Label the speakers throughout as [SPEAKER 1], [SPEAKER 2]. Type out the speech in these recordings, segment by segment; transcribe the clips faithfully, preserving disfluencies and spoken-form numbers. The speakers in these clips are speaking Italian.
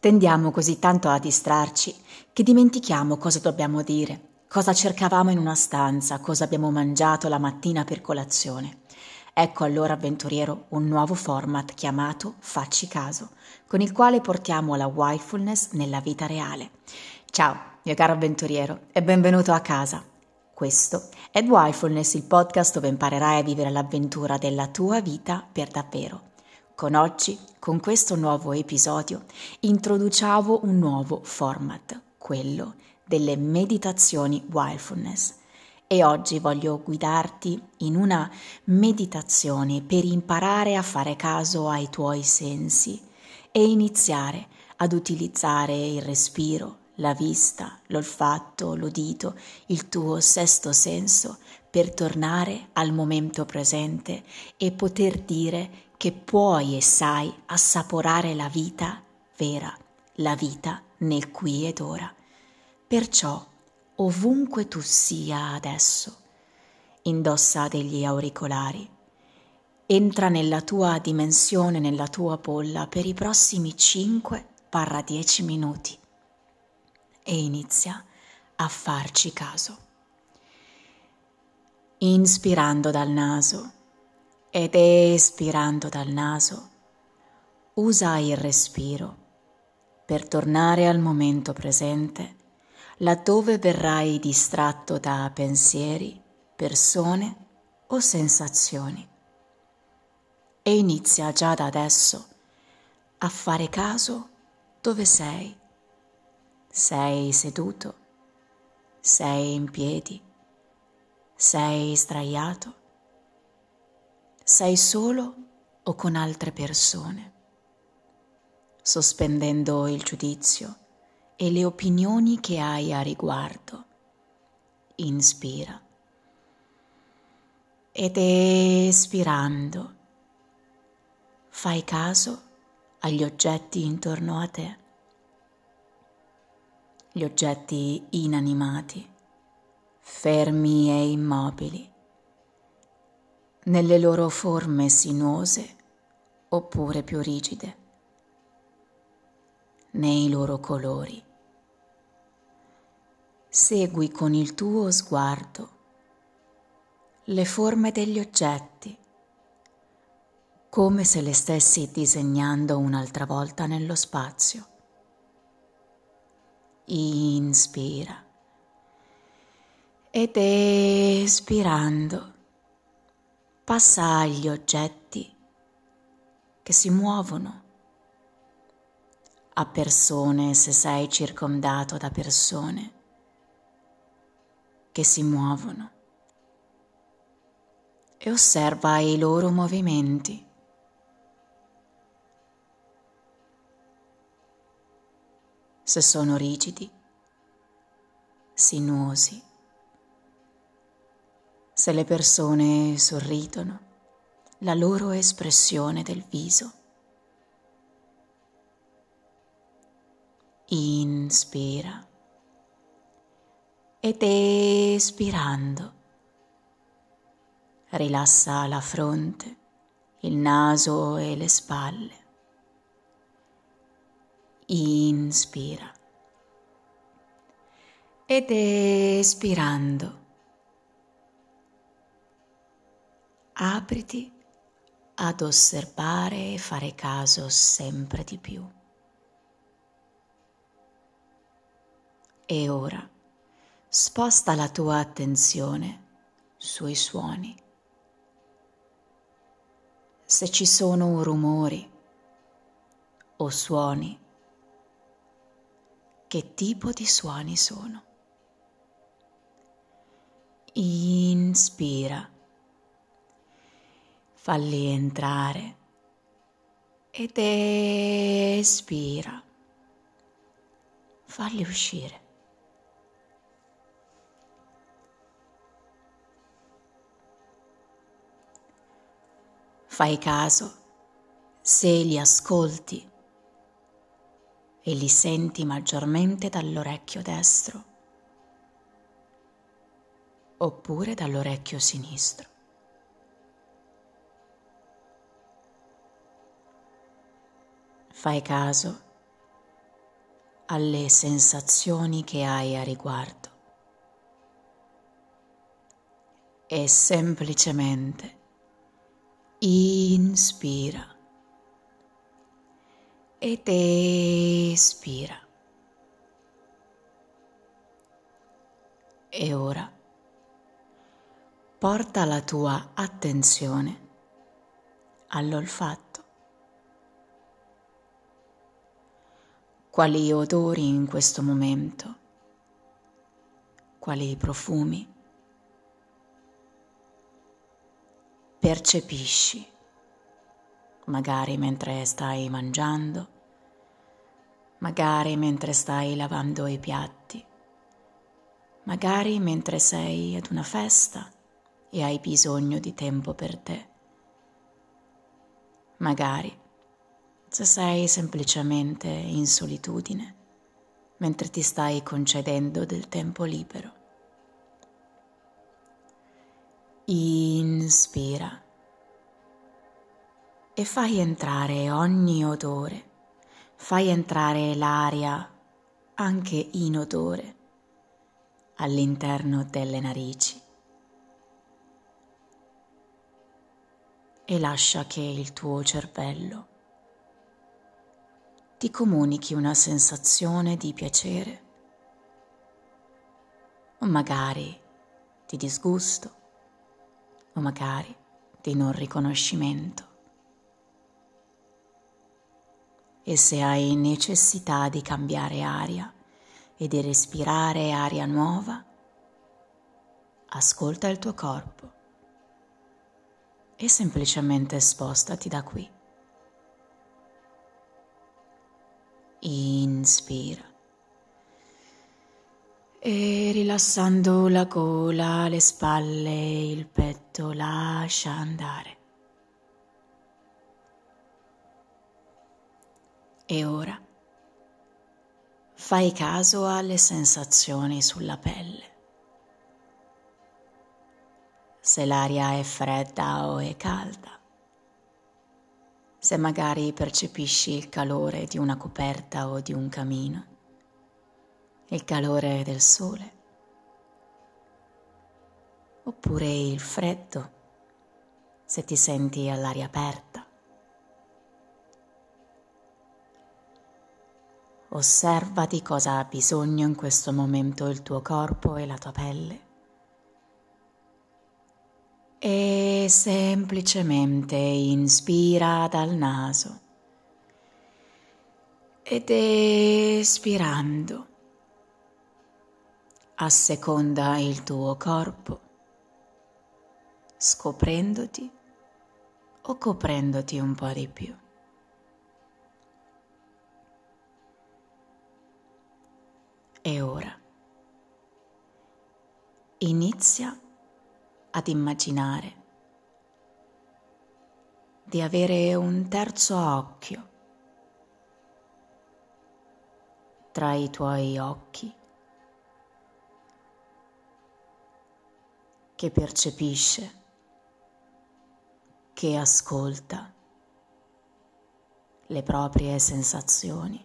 [SPEAKER 1] Tendiamo così tanto a distrarci che dimentichiamo cosa dobbiamo dire, cosa cercavamo in una stanza, cosa abbiamo mangiato la mattina per colazione. Ecco allora, avventuriero, un nuovo format chiamato Facci Caso, con il quale portiamo la mindfulness nella vita reale. Ciao, mio caro avventuriero, e benvenuto a casa. Questo è Mindfulness, il podcast dove imparerai a vivere l'avventura della tua vita per davvero. Con oggi, con questo nuovo episodio, introduciamo un nuovo format, quello delle meditazioni mindfulness. E oggi voglio guidarti in una meditazione per imparare a fare caso ai tuoi sensi e iniziare ad utilizzare il respiro, la vista, l'olfatto, l'udito, il tuo sesto senso per tornare al momento presente e poter dire che puoi e sai assaporare la vita vera, la vita nel qui ed ora. Perciò, ovunque tu sia adesso, indossa degli auricolari, entra nella tua dimensione, nella tua bolla per i prossimi cinque dieci minuti e inizia a farci caso. Inspirando dal naso ed espirando dal naso, usa il respiro per tornare al momento presente, laddove verrai distratto da pensieri, persone o sensazioni. E inizia già da adesso a fare caso dove sei. Sei seduto? Sei in piedi? Sei sdraiato? Sei solo o con altre persone? Sospendendo il giudizio e le opinioni che hai a riguardo. Inspira. Ed espirando, fai caso agli oggetti intorno a te. Gli oggetti inanimati, fermi e immobili, nelle loro forme sinuose oppure più rigide, nei loro colori. Segui con il tuo sguardo le forme degli oggetti, come se le stessi disegnando un'altra volta nello spazio. Inspira ed espirando passa agli oggetti che si muovono, a persone se sei circondato da persone che si muovono e osserva i loro movimenti. Se sono rigidi, sinuosi, se le persone sorridono, la loro espressione del viso. Inspira ed espirando rilassa la fronte, il naso e le spalle. Inspira ed espirando apriti ad osservare e fare caso sempre di più. E ora sposta la tua attenzione sui suoni. Se ci sono rumori o suoni, che tipo di suoni sono? Inspira, falli entrare ed espira, falli uscire. Fai caso se li ascolti e li senti maggiormente dall'orecchio destro oppure dall'orecchio sinistro. Fai caso alle sensazioni che hai a riguardo e semplicemente inspira ed espira. E ora porta la tua attenzione all'olfatto. Quali odori in questo momento? Quali profumi percepisci? Magari mentre stai mangiando, magari mentre stai lavando i piatti, magari mentre sei ad una festa e hai bisogno di tempo per te, magari se sei semplicemente in solitudine mentre ti stai concedendo del tempo libero. Inspira e fai entrare ogni odore, fai entrare l'aria anche in odore all'interno delle narici e lascia che il tuo cervello ti comunichi una sensazione di piacere o magari di disgusto o magari di non riconoscimento. E se hai necessità di cambiare aria e di respirare aria nuova, ascolta il tuo corpo e semplicemente spostati da qui. Inspira e rilassando la gola, le spalle, il petto, lascia andare. E ora fai caso alle sensazioni sulla pelle. Se l'aria è fredda o è calda, se magari percepisci il calore di una coperta o di un camino, il calore del sole, oppure il freddo se ti senti all'aria aperta. Osserva di cosa ha bisogno in questo momento il tuo corpo e la tua pelle e semplicemente inspira dal naso ed espirando asseconda il tuo corpo, scoprendoti o coprendoti un po' di più. E ora inizia ad immaginare di avere un terzo occhio tra i tuoi occhi che percepisce, che ascolta le proprie sensazioni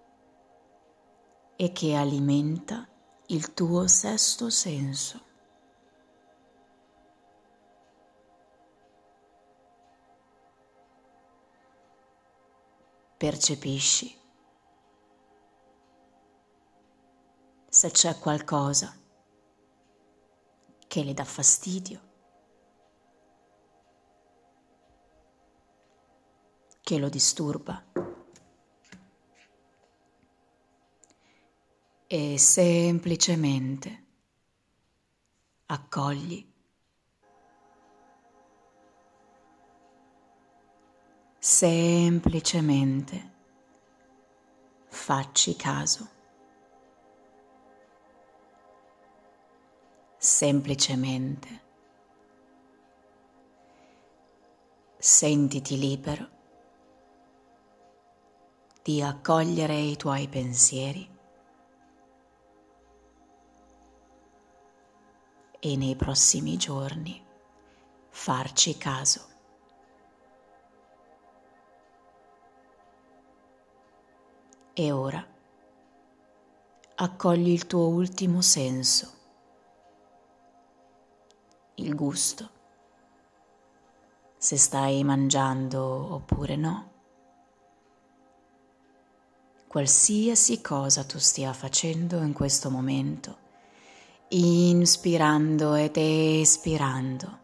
[SPEAKER 1] e che alimenta il tuo sesto senso. Percepisci se c'è qualcosa che le dà fastidio, che lo disturba, e semplicemente accogli, semplicemente facci caso, semplicemente sentiti libero di accogliere i tuoi pensieri e nei prossimi giorni farci caso. E ora accogli il tuo ultimo senso, il gusto, se stai mangiando oppure no. Qualsiasi cosa tu stia facendo in questo momento, inspirando ed espirando,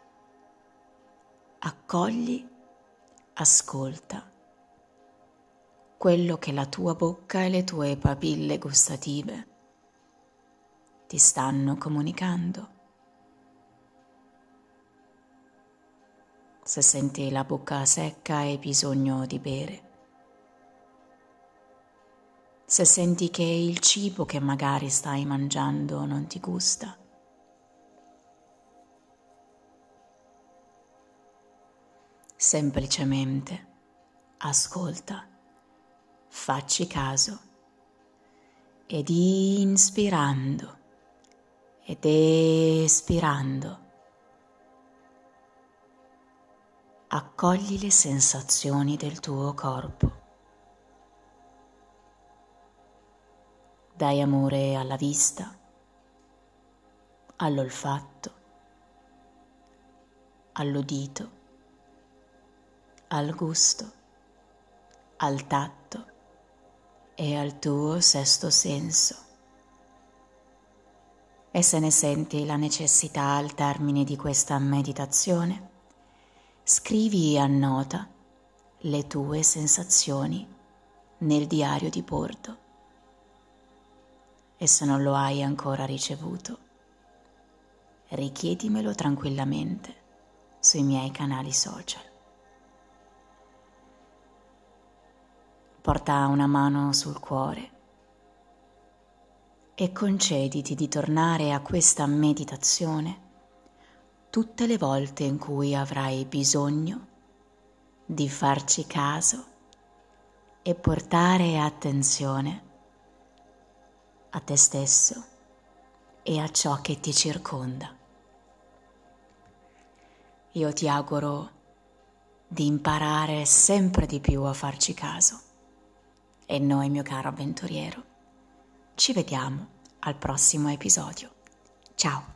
[SPEAKER 1] accogli, ascolta quello che la tua bocca e le tue papille gustative ti stanno comunicando. Se senti la bocca secca hai bisogno di bere. Se senti che il cibo che magari stai mangiando non ti gusta, semplicemente ascolta, facci caso ed inspirando ed espirando accogli le sensazioni del tuo corpo. Dai amore alla vista, all'olfatto, all'udito, al gusto, al tatto e al tuo sesto senso. E se ne senti la necessità al termine di questa meditazione, scrivi e annota le tue sensazioni nel diario di bordo. E se non lo hai ancora ricevuto, richiedimelo tranquillamente sui miei canali social. Porta una mano sul cuore e concediti di tornare a questa meditazione tutte le volte in cui avrai bisogno di farci caso e portare attenzione a te stesso e a ciò che ti circonda. Io ti auguro di imparare sempre di più a farci caso e noi, mio caro avventuriero, ci vediamo al prossimo episodio. Ciao!